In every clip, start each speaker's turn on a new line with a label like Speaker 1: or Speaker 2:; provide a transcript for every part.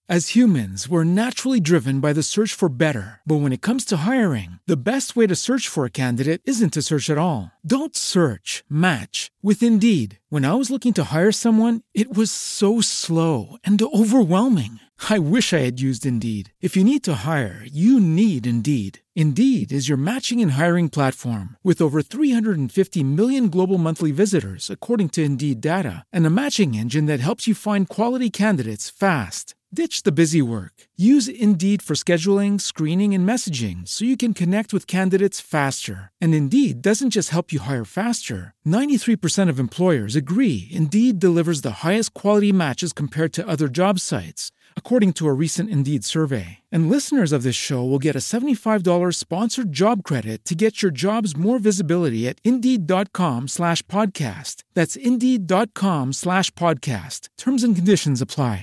Speaker 1: As humans, we're naturally driven by the search for better. But when it comes to hiring, the best way to search for a candidate isn't to search at all. Don't search, match with Indeed. When I was looking to hire someone, it was so slow and overwhelming. I wish I had used Indeed. If you need to hire, you need Indeed. Indeed is your matching and hiring platform with over 350 million global monthly visitors, according to Indeed data, and a matching engine that helps you find quality candidates fast. Ditch the busy work. Use Indeed for scheduling, screening, and messaging so you can connect with candidates faster. And Indeed doesn't just help you hire faster. 93% of employers agree Indeed delivers the highest quality matches compared to other job sites, according to a recent Indeed survey. And listeners of this show will get a $75 sponsored job credit to get your jobs more visibility at Indeed.com/podcast. That's Indeed.com/podcast. Terms and conditions apply.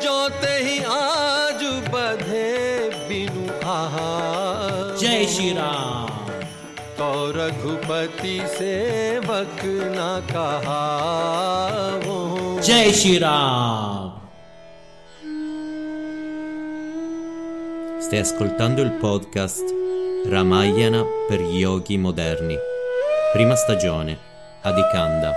Speaker 2: जय श्री राम।
Speaker 3: तो रघुपति सेवक न कहा वो।
Speaker 2: जय श्री राम।
Speaker 4: Stai ascoltando il podcast Ramayana per yogi moderni. Prima stagione, Adhikanda.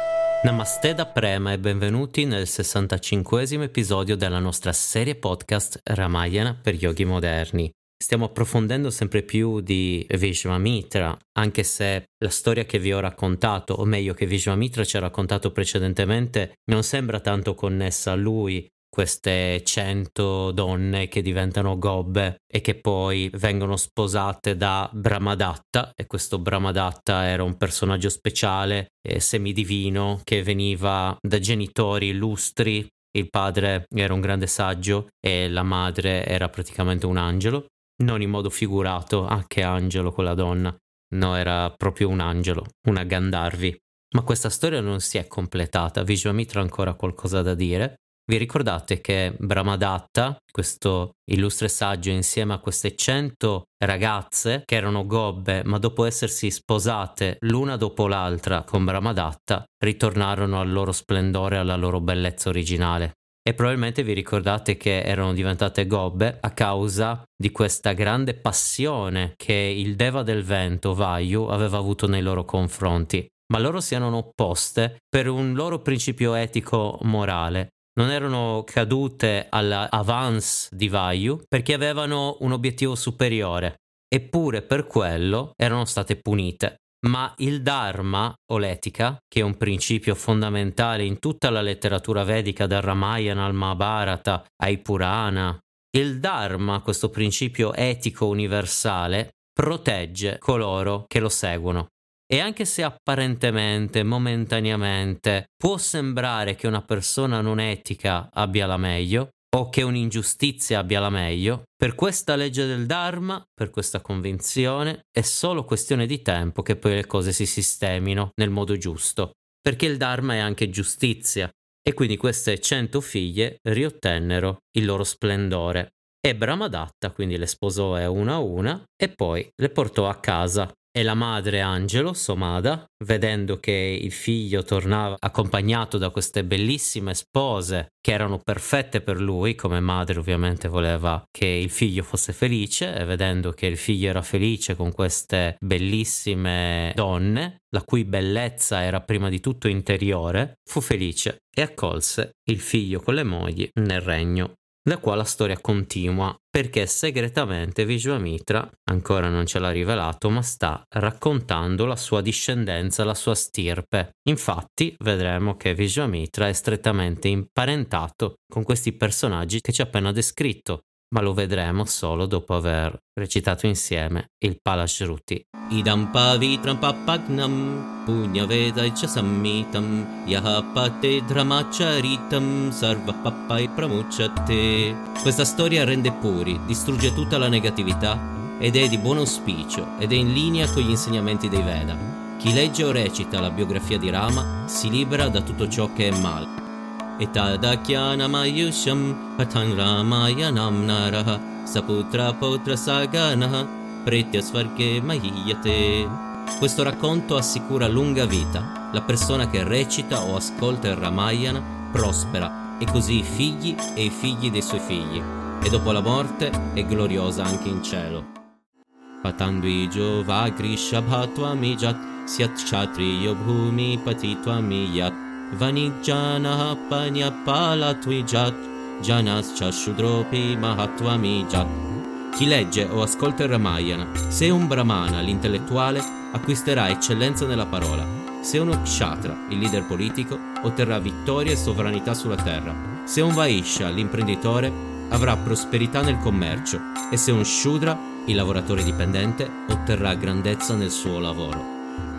Speaker 4: Namaste da Prema e benvenuti nel 65esimo episodio della nostra serie podcast Ramayana per yogi moderni. Stiamo approfondendo sempre più di Vishvamitra, anche se la storia che vi ho raccontato, o meglio che Vishvamitra ci ha raccontato precedentemente, non sembra tanto connessa a lui, queste 100 donne che diventano gobbe e che poi vengono sposate da Brahmadatta, e questo Brahmadatta era un personaggio speciale, semidivino, che veniva da genitori illustri. Il padre era un grande saggio e la madre era praticamente un angelo, non in modo figurato, che angelo quella donna, no, era proprio un angelo, una Gandharvi. Ma questa storia non si è completata, Vishvamitra ha ancora qualcosa da dire. Vi ricordate che Brahmadatta, questo illustre saggio, insieme a queste 100 ragazze che erano gobbe, ma dopo essersi sposate l'una dopo l'altra con Brahmadatta, ritornarono al loro splendore, alla loro bellezza originale. E probabilmente vi ricordate che erano diventate gobbe a causa di questa grande passione che il Deva del vento, Vayu, aveva avuto nei loro confronti. Ma loro si erano opposte per un loro principio etico morale. Non erano cadute all'avance di Vayu perché avevano un obiettivo superiore, eppure per quello erano state punite. Ma il Dharma o l'etica, che è un principio fondamentale in tutta la letteratura vedica, dal Ramayana al Mahabharata ai Purana, il Dharma, questo principio etico universale, protegge coloro che lo seguono. E anche se apparentemente, momentaneamente, può sembrare che una persona non etica abbia la meglio o che un'ingiustizia abbia la meglio, per questa legge del Dharma, per questa convinzione, è solo questione di tempo che poi le cose si sistemino nel modo giusto, perché il Dharma è anche giustizia, e quindi queste 100 figlie riottennero il loro splendore. E Brahmadatta quindi le sposò una a una e poi le portò a casa. E la madre angelo, Somada, vedendo che il figlio tornava accompagnato da queste bellissime spose che erano perfette per lui, come madre ovviamente voleva che il figlio fosse felice, e vedendo che il figlio era felice con queste bellissime donne, la cui bellezza era prima di tutto interiore, fu felice e accolse il figlio con le mogli nel regno. Da qua la storia continua, perché segretamente Vishvamitra ancora non ce l'ha rivelato, ma sta raccontando la sua discendenza, la sua stirpe. Infatti vedremo che Vishvamitra è strettamente imparentato con questi personaggi che ci ha appena descritto, ma lo vedremo solo dopo aver recitato insieme il Palashruti.
Speaker 2: Idam pavitram papagnam punyaveda-cha sammitam yahapate dramacharitam sarva papai pramucciate. Questa storia rende puri, distrugge tutta la negatività ed è di buon auspicio ed è in linea con gli insegnamenti dei Veda. Chi legge o recita la biografia di Rama si libera da tutto ciò che è male. Etadakyanamayusham patan ramayanam naraha saputra potra saganaha pretya svarge mahiyate. Questo racconto assicura lunga vita. La persona che recita o ascolta il Ramayana prospera e così i figli e i figli dei suoi figli, e dopo la morte è gloriosa anche in cielo. Patandui Jovagri Shabhatwami Jat Syat Kshatriyo Bhumi Patitwami Yat Vanijjana Panyapalatvi Jat Janascha Shudropi Mahatwami Jat. Chi legge o ascolta il Ramayana, se è un brahmana, l'intellettuale, acquisterà eccellenza nella parola. Se è uno kshatra, il leader politico, otterrà vittoria e sovranità sulla terra. Se è un vaishya, l'imprenditore, avrà prosperità nel commercio. E se è un shudra, il lavoratore dipendente, otterrà grandezza nel suo lavoro.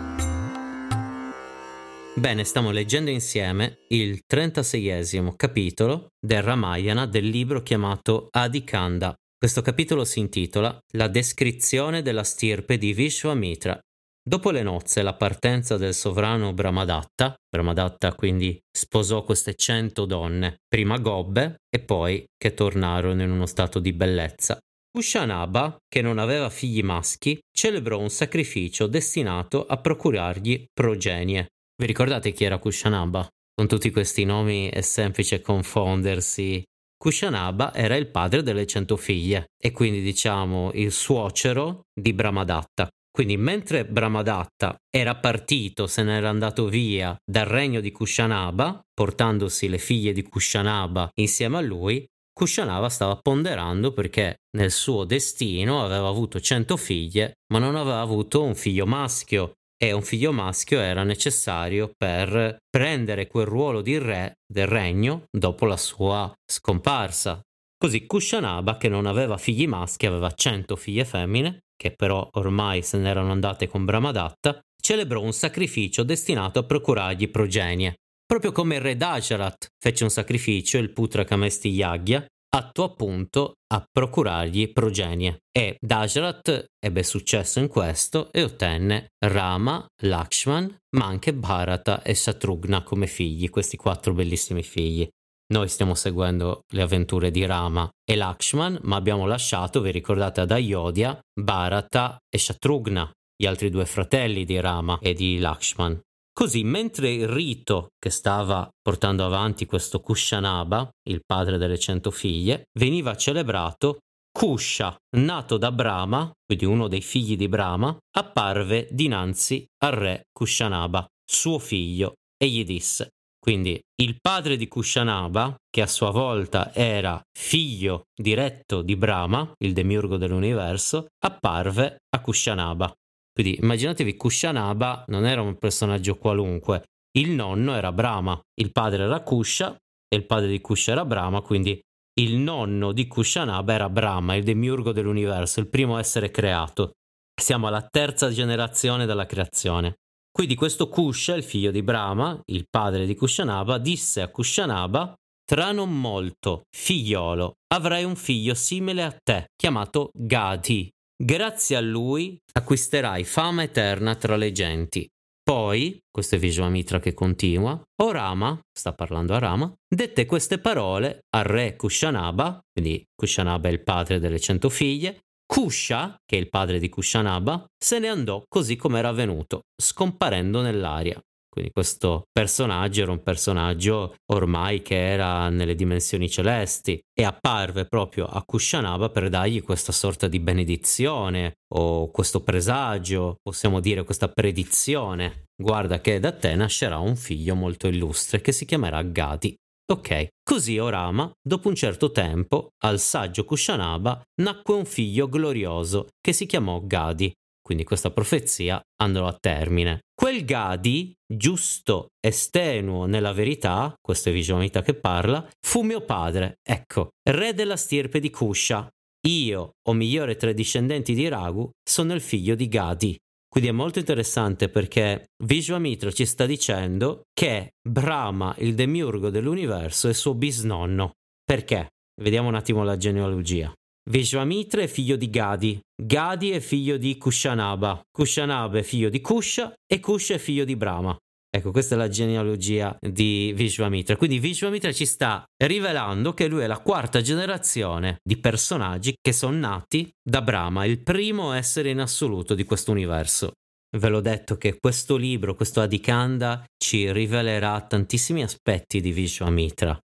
Speaker 2: Bene, stiamo leggendo insieme il 36esimo capitolo del Ramayana del libro chiamato Adi Kanda. Questo capitolo si intitola La descrizione della stirpe di Vishwamitra. Dopo le nozze e la partenza del sovrano Brahmadatta quindi sposò queste 100 donne, prima gobbe e poi che tornarono in uno stato di bellezza. Kushanaba, che non aveva figli maschi, celebrò un sacrificio destinato a procurargli progenie. Vi ricordate chi era Kushanaba? Con tutti questi nomi è semplice confondersi. Kushanaba era il padre delle 100 figlie e quindi diciamo il suocero di Brahmadatta. Quindi mentre Brahmadatta era partito, se n'era andato via dal regno di Kushanaba, portandosi le figlie di Kushanaba insieme a lui, Kushanaba stava ponderando perché nel suo destino aveva avuto 100 figlie, ma non aveva avuto un figlio maschio. E un figlio maschio era necessario per prendere quel ruolo di re del regno dopo la sua scomparsa. Così Kushanaba, che non aveva figli maschi, aveva 100 figlie femmine, che però ormai se ne erano andate con Brahmadatta, celebrò un sacrificio destinato a procurargli progenie. Proprio come il re Dajarat fece un sacrificio, il Putra Kamesti Yagya, atto appunto a procurargli progenie. E Dajarat ebbe successo in questo e ottenne Rama, Lakshman, ma anche Bharata e Shatrugna come figli, questi 4 bellissimi figli. Noi stiamo seguendo le avventure di Rama e Lakshman, ma abbiamo lasciato, vi ricordate, ad Ayodhya, Bharata e Shatrugna, gli altri 2 fratelli di Rama e di Lakshman. Così, mentre il rito che stava portando avanti questo Kushanaba, il padre delle 100 figlie, veniva celebrato, Kusha, nato da Brahma, quindi uno dei figli di Brahma, apparve dinanzi al re Kushanaba, suo figlio, e gli disse. Quindi il padre di Kushanaba, che a sua volta era figlio diretto di Brahma, il demiurgo dell'universo, apparve a Kushanaba. Quindi immaginatevi, Kushanaba non era un personaggio qualunque, il nonno era Brahma, il padre era Kusha e il padre di Kusha era Brahma, quindi il nonno di Kushanaba era Brahma, il demiurgo dell'universo, il primo essere creato. Siamo alla 3ª generazione della creazione. Quindi questo Kusha, il figlio di Brahma, il padre di Kushanaba, disse a Kushanaba: tra non molto, figliolo, avrai un figlio simile a te, chiamato Gadi. Grazie a lui acquisterai fama eterna tra le genti. Poi, questo è Vishwamitra che continua, o Rama, sta parlando a Rama, dette queste parole al re Kushanaba, quindi Kushanaba è il padre delle 100 figlie. Kusha, che è il padre di Kushanaba, se ne andò così come era venuto, scomparendo nell'aria. Quindi questo personaggio era un personaggio ormai che era nelle dimensioni celesti e apparve proprio a Kushanaba per dargli questa sorta di benedizione o questo presagio, possiamo dire questa predizione. Guarda che da te nascerà un figlio molto illustre che si chiamerà Gadi. Ok, così Rama, dopo un certo tempo, al saggio Kushanaba nacque un figlio glorioso che si chiamò Gadi. Quindi questa profezia andò a termine. Quel Gadi, giusto e stenuo nella verità, questo è Vishwamitra che parla, fu mio padre, ecco, re della stirpe di Kusha. Io, o migliore tra i discendenti di Raghu, sono il figlio di Gadi. Quindi è molto interessante perché Vishwamitra ci sta dicendo che Brahma, il demiurgo dell'universo, è suo bisnonno. Perché? Vediamo un attimo la genealogia. Vishwamitra è figlio di Gadi, Gadi è figlio di Kushanaba, Kushanaba è figlio di Kusha e Kusha è figlio di Brahma. Ecco, questa è la genealogia di Vishwamitra. Quindi Vishwamitra ci sta rivelando che lui è la 4ª generazione di personaggi che sono nati da Brahma, il primo essere in assoluto di questo universo. Ve l'ho detto che questo libro, questo Adi Kanda, ci rivelerà tantissimi aspetti di Vishwamitra.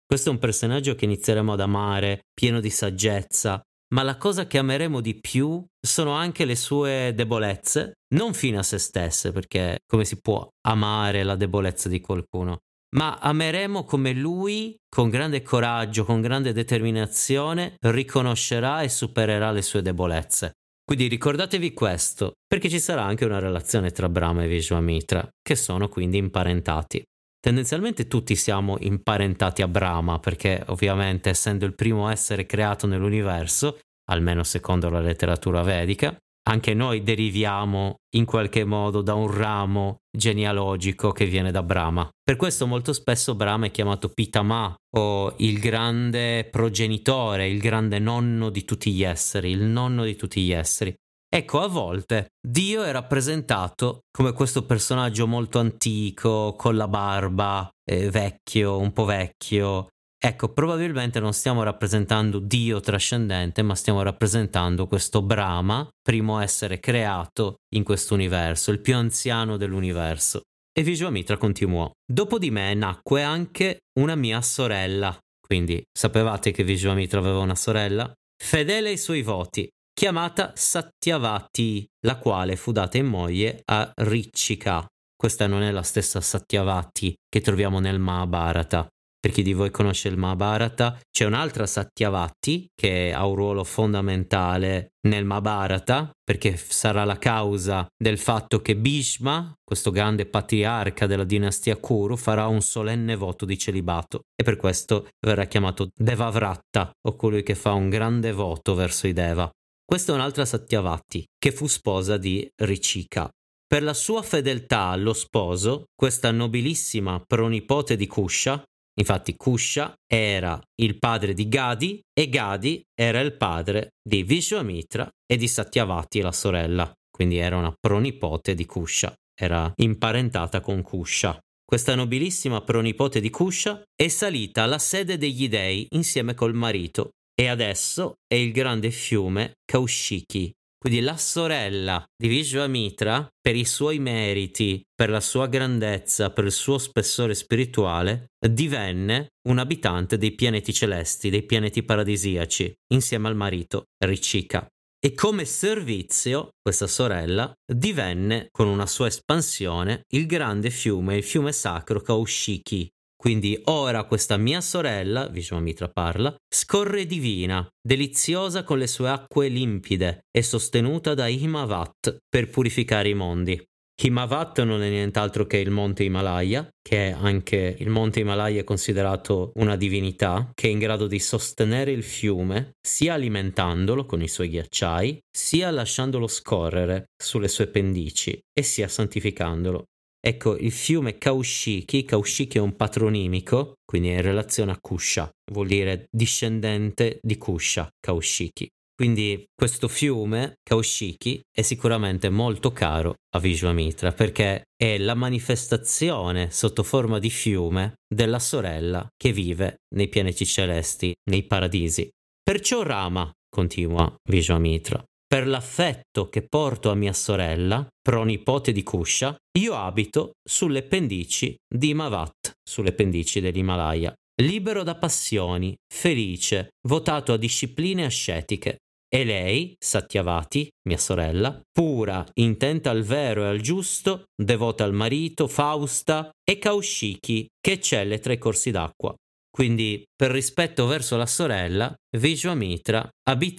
Speaker 4: Questo è un personaggio che inizieremo ad amare, pieno di saggezza, ma la cosa che ameremo di più sono anche le sue debolezze, non fino a se stesse, perché come si può amare la debolezza di qualcuno? Ma ameremo come lui, con grande coraggio, con grande determinazione, riconoscerà e supererà le sue debolezze. Quindi ricordatevi questo, perché ci sarà anche una relazione tra Brahma e Vishvamitra, che sono quindi imparentati. Tendenzialmente tutti siamo imparentati a Brahma, perché ovviamente essendo il primo essere creato nell'universo, almeno secondo la letteratura vedica, anche noi deriviamo in qualche modo da un ramo genealogico che viene da Brahma. Per questo molto spesso Brahma è chiamato Pitama, o il grande progenitore, il grande nonno di tutti gli esseri, il nonno di tutti gli esseri. Ecco, a volte Dio è rappresentato come questo personaggio molto antico, con la barba, vecchio, un po' vecchio. Ecco, probabilmente non stiamo rappresentando Dio trascendente, ma stiamo rappresentando questo Brahma, primo essere creato in questo universo, il più anziano dell'universo. E Vishvamitra continuò: dopo di me nacque anche una mia sorella. Quindi sapevate che Vishvamitra aveva una sorella? Fedele ai suoi voti, chiamata Satyavati, la quale fu data in moglie a Riccika. Questa non è la stessa Satyavati che troviamo nel Mahabharata. Per chi di voi conosce il Mahabharata, c'è un'altra Satyavati che ha un ruolo fondamentale nel Mahabharata, perché sarà la causa del fatto che Bhishma, questo grande patriarca della dinastia Kuru, farà un solenne voto di celibato e per questo verrà chiamato Devavratta, o colui che fa un grande voto verso i Deva. Questa è un'altra Satyavati che fu sposa di Riccika. Per la sua fedeltà allo sposo, questa nobilissima pronipote di Kusha, infatti Kusha era il padre di Gadi e Gadi era il padre di Vishvamitra e di Satyavati, la sorella, quindi era una pronipote di Kusha, era imparentata con Kusha. Questa nobilissima pronipote di Kusha è salita alla sede degli dei insieme col marito e adesso è il grande fiume Kaushiki. Quindi la sorella di Vishvamitra, per i suoi meriti, per la sua grandezza, per il suo spessore spirituale, divenne un abitante dei pianeti celesti, dei pianeti paradisiaci, insieme al marito Riccika. E come servizio, questa sorella divenne, con una sua espansione, il grande fiume, il fiume sacro Kaushiki. Quindi ora questa mia sorella, Vishvamitra parla, scorre divina, deliziosa con le sue acque limpide e sostenuta da Himavat per purificare i mondi. Himavat non è nient'altro che il monte Himalaya, che è anche il monte Himalaya è considerato una divinità che è in grado di sostenere il fiume sia alimentandolo con i suoi ghiacciai, sia lasciandolo scorrere sulle sue pendici e sia santificandolo. Ecco, il fiume Kaushiki è un patronimico, quindi è in relazione a Kusha, vuol dire discendente di Kusha, Kaushiki. Quindi questo fiume, Kaushiki, è sicuramente molto caro a Vishvamitra perché è la manifestazione sotto forma di fiume della sorella che vive nei pianeti celesti, nei paradisi. Perciò Rama, continua Vishvamitra, per l'affetto che porto a mia sorella, pronipote di Kusha, io abito sulle pendici di Himavat, sulle pendici dell'Himalaya, libero da passioni, felice, votato a discipline ascetiche. E lei, Satyavati, mia sorella, pura, intenta al vero e al giusto, devota al marito, fausta, e Kaushiki, che eccelle tra i corsi d'acqua. Quindi, per rispetto verso la sorella, Vishvamitra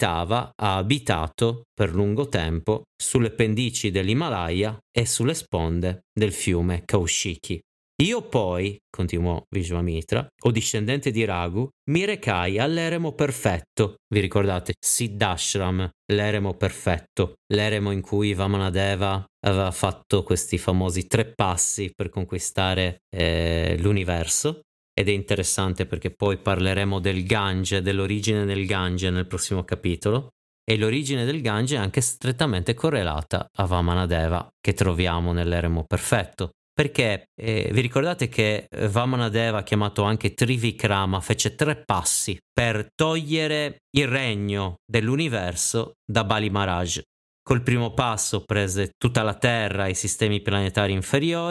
Speaker 4: ha abitato per lungo tempo sulle pendici dell'Himalaya e sulle sponde del fiume Kaushiki. Io poi, continuò Vishvamitra, o discendente di Raghu, mi recai all'eremo perfetto. Vi ricordate? Siddhashram, l'eremo perfetto, l'eremo in cui Vamanadeva aveva fatto questi famosi 3 passi per conquistare l'universo. Ed è interessante perché poi parleremo del Gange, dell'origine del Gange nel prossimo capitolo. E l'origine del Gange è anche strettamente correlata a Vamanadeva, che troviamo nell'eremo perfetto. Perché vi ricordate che Vamanadeva, chiamato anche Trivikrama, fece 3 passi per togliere il regno dell'universo da Bali Maharaj. Col primo passo prese tutta la Terra e i sistemi planetari inferiori,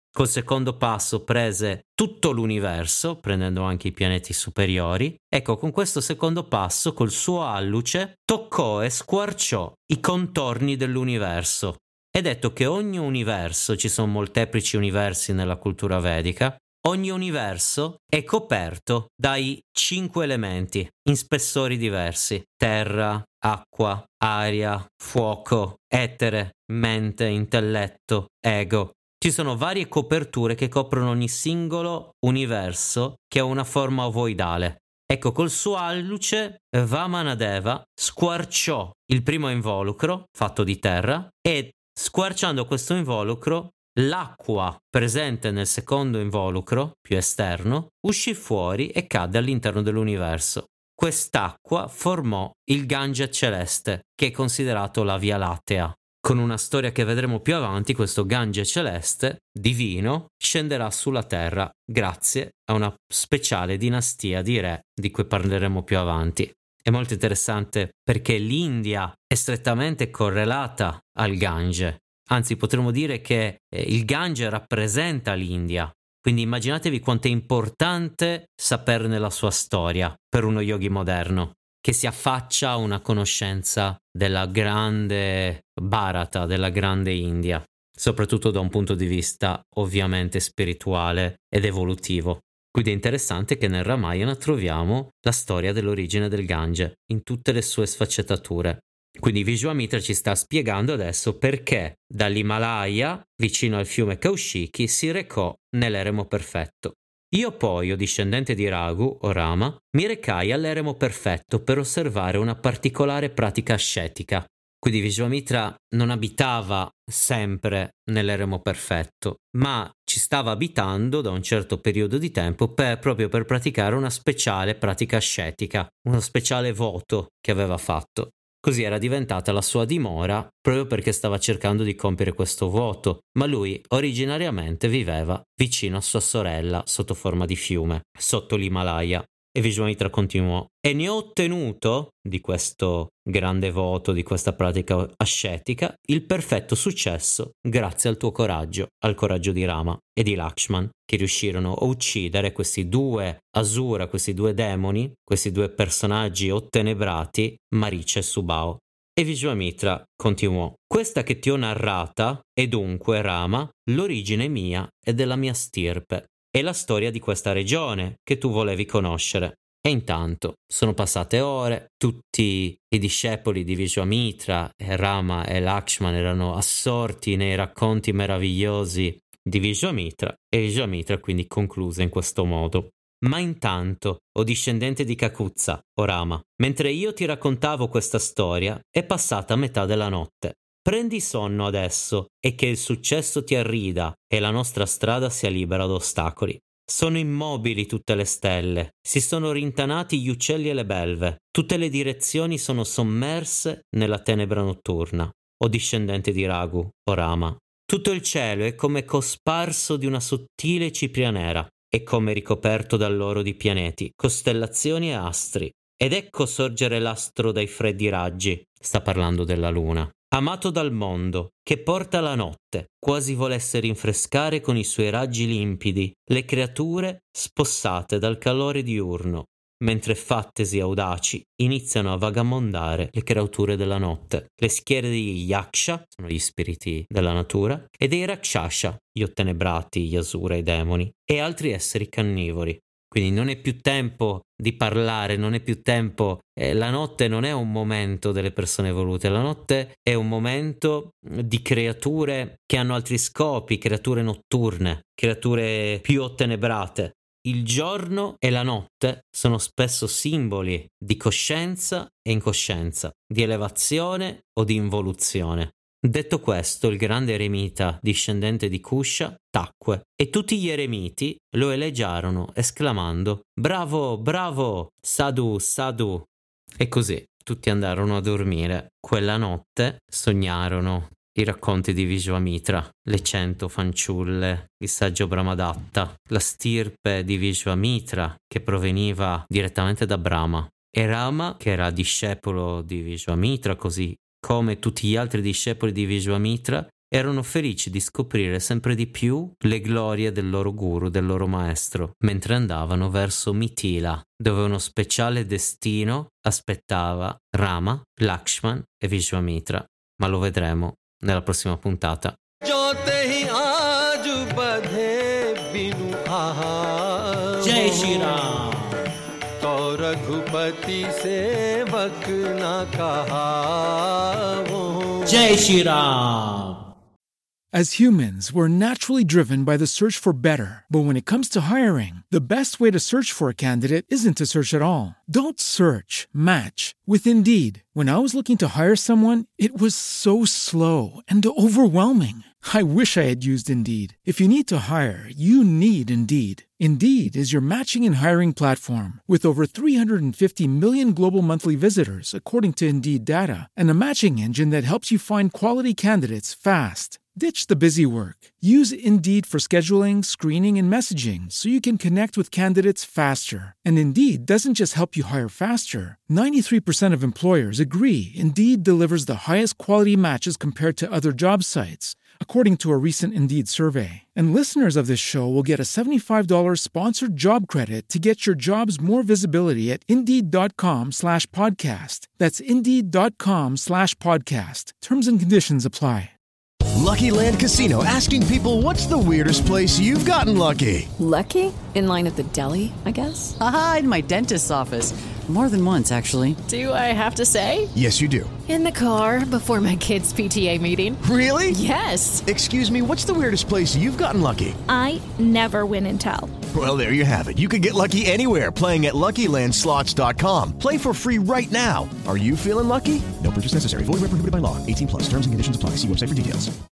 Speaker 4: Col secondo passo prese tutto l'universo, prendendo anche i pianeti superiori. Ecco, con questo secondo passo, col suo alluce, toccò e squarciò i contorni dell'universo. È detto che ogni universo, ci sono molteplici universi nella cultura vedica, ogni universo è coperto dai 5 elementi in spessori diversi: terra, acqua, aria, fuoco, etere, mente, intelletto, ego. Ci sono varie coperture che coprono ogni singolo universo che ha una forma ovoidale. Ecco, col suo alluce Vamanadeva squarciò il primo involucro fatto di terra e, squarciando questo involucro, l'acqua presente nel secondo involucro, più esterno, uscì fuori e cadde all'interno dell'universo. Quest'acqua formò il Gange celeste, che è considerato la Via Lattea. Con una storia che vedremo più avanti, questo Gange celeste, divino, scenderà sulla terra grazie a una speciale dinastia di re di cui parleremo più avanti. È molto interessante perché l'India è strettamente correlata al Gange. Anzi, potremmo dire che il Gange rappresenta l'India. Quindi immaginatevi quanto è importante saperne la sua storia per uno yogi moderno, che si affaccia a una conoscenza della grande Bharata, della grande India, soprattutto da un punto di vista ovviamente spirituale ed evolutivo. Quindi è interessante che nel Ramayana troviamo la storia dell'origine del Gange in tutte le sue sfaccettature. Quindi Vishwamitra ci sta spiegando adesso perché dall'Himalaya, vicino al fiume Kaushiki, si recò nell'eremo perfetto. Io poi, o discendente di Raghu, o Rama, mi recai all'eremo perfetto per osservare una particolare pratica ascetica. Quindi Vishwamitra non abitava sempre nell'eremo perfetto, ma ci stava abitando da un certo periodo di tempo proprio per praticare una speciale pratica ascetica, uno speciale voto che aveva fatto. Così era diventata la sua dimora proprio perché stava cercando di compiere questo voto, ma lui originariamente viveva vicino a sua sorella sotto forma di fiume, sotto l'Himalaya. E Vishwamitra continuò: e ne ho ottenuto, di questo grande voto, di questa pratica ascetica, il perfetto successo grazie al tuo coraggio, al coraggio di Rama e di Lakshman, che riuscirono a uccidere questi due asura, questi due demoni, questi due personaggi ottenebrati, Maricia e Subao. E Vishwamitra continuò: questa che ti ho narrata è dunque, Rama, l'origine mia e della mia stirpe. È la storia di questa regione che tu volevi conoscere. E intanto sono passate ore, tutti i discepoli di Vishwamitra, e Rama e Lakshman erano assorti nei racconti meravigliosi di Vishwamitra, e Vishwamitra quindi concluse in questo modo: ma intanto, o discendente di Kakutsa, o Rama, mentre io ti raccontavo questa storia, è passata metà della notte. Prendi sonno adesso e che il successo ti arrida e la nostra strada sia libera da ostacoli. Sono immobili tutte le stelle, si sono rintanati gli uccelli e le belve, tutte le direzioni sono sommerse nella tenebra notturna. O discendente di Raghu, o Rama, tutto il cielo è come cosparso di una sottile cipria nera, è come ricoperto dall'oro di pianeti, costellazioni e astri. Ed ecco sorgere l'astro dai freddi raggi, sta parlando della luna, amato dal mondo, che porta la notte, quasi volesse rinfrescare con i suoi raggi limpidi le creature spossate dal calore diurno, mentre fattesi audaci iniziano a vagamondare le creature della notte. Le schiere degli Yaksha, sono gli spiriti della natura, e dei Rakshasha, gli ottenebrati, gli asura, i demoni, e altri esseri cannivori. Quindi non è più tempo di parlare, non è più tempo, la notte non è un momento delle persone evolute, la notte è un momento di creature che hanno altri scopi, creature notturne, creature più ottenebrate. Il giorno e la notte sono spesso simboli di coscienza e incoscienza, di elevazione o di involuzione. Detto questo, il grande eremita discendente di Kusha tacque e tutti gli eremiti lo eleggiarono esclamando: bravo, bravo, sadhu, sadhu. E così tutti andarono a dormire. Quella notte sognarono i racconti di Vishwamitra, le 100 fanciulle, il saggio Brahmadatta, la stirpe di Vishwamitra che proveniva direttamente da Brahma, e Rama che era discepolo di Vishwamitra, così come tutti gli altri discepoli di Vishwamitra, erano felici di scoprire sempre di più le glorie del loro guru, del loro maestro, mentre andavano verso Mithila, dove uno speciale destino aspettava Rama, Lakshman e Vishwamitra, ma lo vedremo nella prossima puntata. Jai Shri Ram.
Speaker 3: तो रघुपति सेवक न कहा वो
Speaker 4: Jai Shri Ram.
Speaker 1: As humans, we're naturally driven by the search for better. But when it comes to hiring, the best way to search for a candidate isn't to search at all. Don't search, match with Indeed. When I was looking to hire someone, it was so slow and overwhelming. I wish I had used Indeed. If you need to hire, you need Indeed. Indeed is your matching and hiring platform with over 350 million global monthly visitors, according to Indeed data, and a matching engine that helps you find quality candidates fast. Ditch the busy work. Use Indeed for scheduling, screening, and messaging so you can connect with candidates faster. And Indeed doesn't just help you hire faster. 93% of employers agree Indeed delivers the highest quality matches compared to other job sites, according to a recent Indeed survey. And listeners of this show will get a $75 sponsored job credit to get your jobs more visibility at Indeed.com/podcast. That's Indeed.com/podcast. Terms and conditions apply.
Speaker 5: Lucky Land Casino, asking people, what's the weirdest place you've gotten lucky?
Speaker 6: Lucky? In line at the deli, I guess?
Speaker 7: Aha, in my dentist's office. More than once, actually.
Speaker 6: Do I have to say?
Speaker 5: Yes, you do.
Speaker 6: In the car before my kids' PTA meeting.
Speaker 5: Really?
Speaker 6: Yes.
Speaker 5: Excuse me, what's the weirdest place you've gotten lucky?
Speaker 8: I never win and tell.
Speaker 5: Well, there you have it. You can get lucky anywhere, playing at LuckyLandSlots.com. Play for free right now. Are you feeling lucky? No purchase necessary. Void where prohibited by law. 18+. Terms and conditions apply. See website for details.